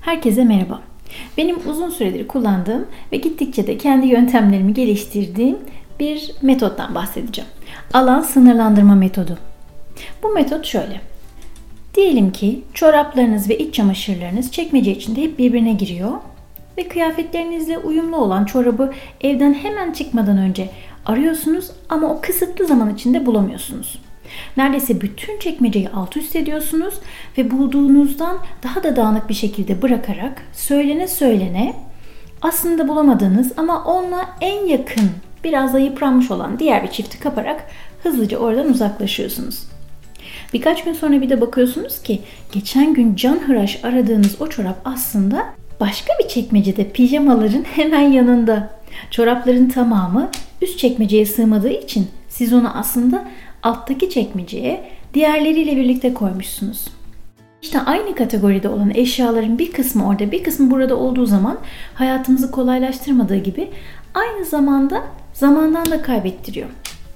Herkese merhaba. Benim uzun süredir kullandığım ve gittikçe de kendi yöntemlerimi geliştirdiğim bir metottan bahsedeceğim. Alan sınırlandırma metodu. Bu metot şöyle. Diyelim ki çoraplarınız ve iç çamaşırlarınız çekmece içinde hep birbirine giriyor ve kıyafetlerinizle uyumlu olan çorabı evden hemen çıkmadan önce arıyorsunuz ama o kısıtlı zaman içinde bulamıyorsunuz. Neredeyse bütün çekmeceyi alt üst ediyorsunuz ve bulduğunuzdan daha da dağınık bir şekilde bırakarak söylene söylene aslında bulamadığınız ama onunla en yakın, biraz da yıpranmış olan diğer bir çifti kaparak hızlıca oradan uzaklaşıyorsunuz. Birkaç gün sonra bir de bakıyorsunuz ki geçen gün canhıraş aradığınız o çorap aslında başka bir çekmecede, pijamaların hemen yanında. Çorapların tamamı üst çekmeceye sığmadığı için siz onu aslında alttaki çekmeceye diğerleriyle birlikte koymuşsunuz. İşte aynı kategoride olan eşyaların bir kısmı orada, bir kısmı burada olduğu zaman hayatımızı kolaylaştırmadığı gibi aynı zamanda zamandan da kaybettiriyor.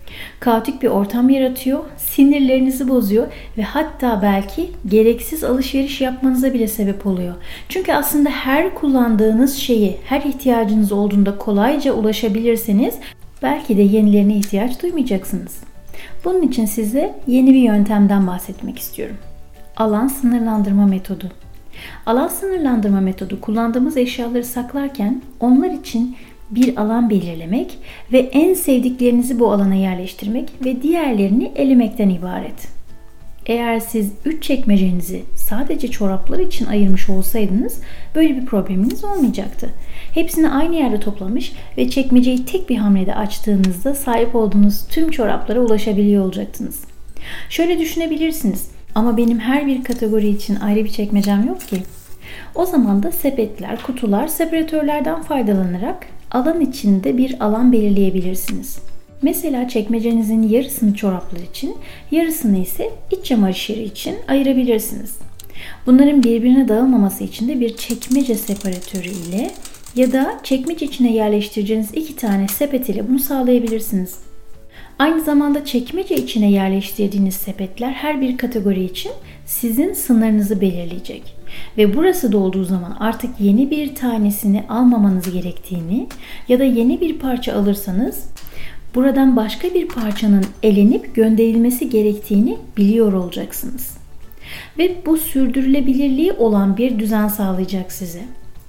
Kaotik bir ortam yaratıyor, sinirlerinizi bozuyor ve hatta belki gereksiz alışveriş yapmanıza bile sebep oluyor. Çünkü aslında her kullandığınız şeyi, her ihtiyacınız olduğunda kolayca ulaşabilirseniz belki de yenilerine ihtiyaç duymayacaksınız. Bunun için size yeni bir yöntemden bahsetmek istiyorum. Alan sınırlandırma metodu. Alan sınırlandırma metodu kullandığımız eşyaları saklarken onlar için bir alan belirlemek ve en sevdiklerinizi bu alana yerleştirmek ve diğerlerini elemekten ibaret. Eğer siz 3 çekmecenizi sadece çoraplar için ayırmış olsaydınız böyle bir probleminiz olmayacaktı. Hepsini aynı yerde toplamış ve çekmeceyi tek bir hamlede açtığınızda sahip olduğunuz tüm çoraplara ulaşabiliyor olacaktınız. Şöyle düşünebilirsiniz, ama benim her bir kategori için ayrı bir çekmecem yok ki. O zaman da sepetler, kutular, separatörlerden faydalanarak alan içinde bir alan belirleyebilirsiniz. Mesela çekmecenizin yarısını çoraplar için, yarısını ise iç çamaşırı için ayırabilirsiniz. Bunların birbirine dağılmaması için de bir çekmece separatörü ile ya da çekmece içine yerleştireceğiniz 2 tane sepet ile bunu sağlayabilirsiniz. Aynı zamanda çekmece içine yerleştirdiğiniz sepetler her bir kategori için sizin sınırınızı belirleyecek. Ve burası dolduğu zaman artık yeni bir tanesini almamanız gerektiğini ya da yeni bir parça alırsanız buradan başka bir parçanın elenip gönderilmesi gerektiğini biliyor olacaksınız. Ve bu sürdürülebilirliği olan bir düzen sağlayacak size.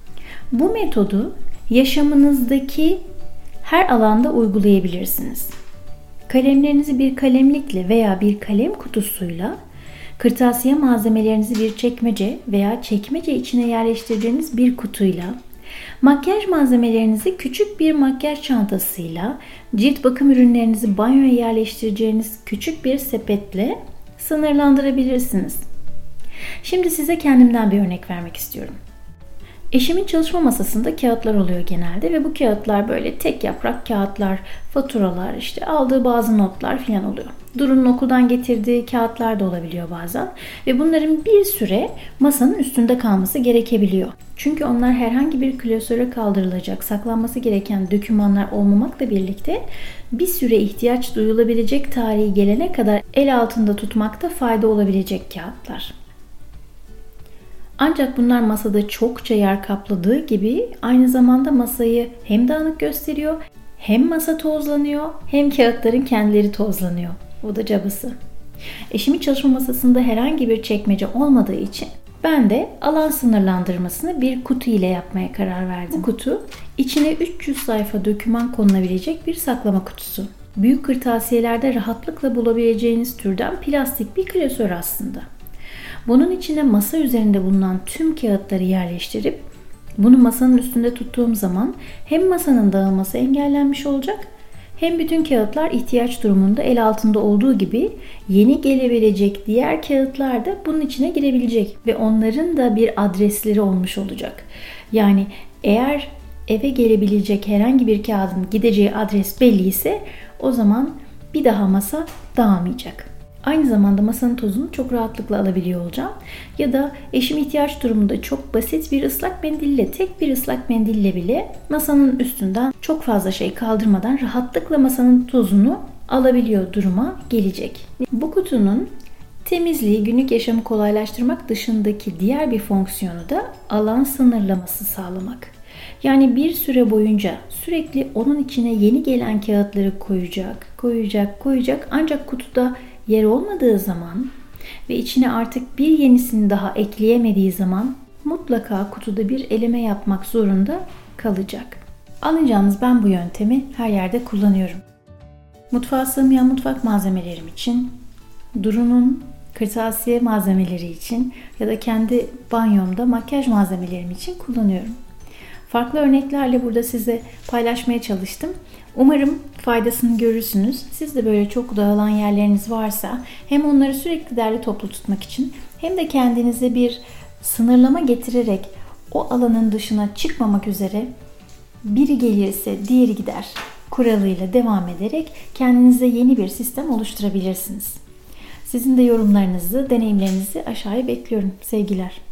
Bu metodu yaşamınızdaki her alanda uygulayabilirsiniz. Kalemlerinizi bir kalemlikle veya bir kalem kutusuyla, kırtasiye malzemelerinizi bir çekmece veya çekmece içine yerleştireceğiniz bir kutuyla, makyaj malzemelerinizi küçük bir makyaj çantasıyla, cilt bakım ürünlerinizi banyoya yerleştireceğiniz küçük bir sepetle sınırlandırabilirsiniz. Şimdi size kendimden bir örnek vermek istiyorum. Eşimin çalışma masasında kağıtlar oluyor genelde ve bu kağıtlar böyle tek yaprak kağıtlar, faturalar, işte aldığı bazı notlar falan oluyor. Duru'nun okuldan getirdiği kağıtlar da olabiliyor bazen ve bunların bir süre masanın üstünde kalması gerekebiliyor. Çünkü onlar herhangi bir klasöre kaldırılacak, saklanması gereken dokümanlar olmamakla birlikte bir süre ihtiyaç duyulabilecek tarihi gelene kadar el altında tutmakta fayda olabilecek kağıtlar. Ancak bunlar masada çokça yer kapladığı gibi aynı zamanda masayı hem dağınık gösteriyor, hem masa tozlanıyor, hem kağıtların kendileri tozlanıyor. O da cabası. Eşimin çalışma masasında herhangi bir çekmece olmadığı için ben de alan sınırlandırmasını bir kutu ile yapmaya karar verdim. Bu kutu içine 300 sayfa doküman konulabilecek bir saklama kutusu. Büyük kırtasiyelerde rahatlıkla bulabileceğiniz türden plastik bir klasör aslında. Bunun içine masa üzerinde bulunan tüm kağıtları yerleştirip bunu masanın üstünde tuttuğum zaman hem masanın dağılması engellenmiş olacak hem bütün kağıtlar ihtiyaç durumunda el altında olduğu gibi yeni gelebilecek diğer kağıtlar da bunun içine girebilecek ve onların da bir adresleri olmuş olacak. Yani eğer eve gelebilecek herhangi bir kağıdın gideceği adres belli ise o zaman bir daha masa dağılmayacak. Aynı zamanda masanın tozunu çok rahatlıkla alabiliyor olacağım. Ya da eşim ihtiyaç durumunda çok basit bir ıslak mendille, tek bir ıslak mendille bile masanın üstünden çok fazla şey kaldırmadan rahatlıkla masanın tozunu alabiliyor duruma gelecek. Bu kutunun Temizliği, günlük yaşamı kolaylaştırmak dışındaki diğer bir fonksiyonu da alan sınırlaması sağlamak. Yani bir süre boyunca sürekli onun içine yeni gelen kağıtları koyacak ancak kutuda yer olmadığı zaman ve içine artık bir yenisini daha ekleyemediği zaman mutlaka kutuda bir eleme yapmak zorunda kalacak. Anlayacağınız ben bu yöntemi her yerde kullanıyorum. Mutfağa sığmayan mutfak malzemelerim için, Duru'nun kırtasiye malzemeleri için ya da kendi banyomda makyaj malzemelerim için kullanıyorum. Farklı örneklerle burada size paylaşmaya çalıştım. Umarım faydasını görürsünüz. Siz de böyle çok dağılan yerleriniz varsa hem onları sürekli derli toplu tutmak için hem de kendinize bir sınırlama getirerek o alanın dışına çıkmamak üzere biri gelirse diğeri gider kuralıyla devam ederek kendinize yeni bir sistem oluşturabilirsiniz. Sizin de yorumlarınızı, deneyimlerinizi aşağıya bekliyorum. Sevgiler.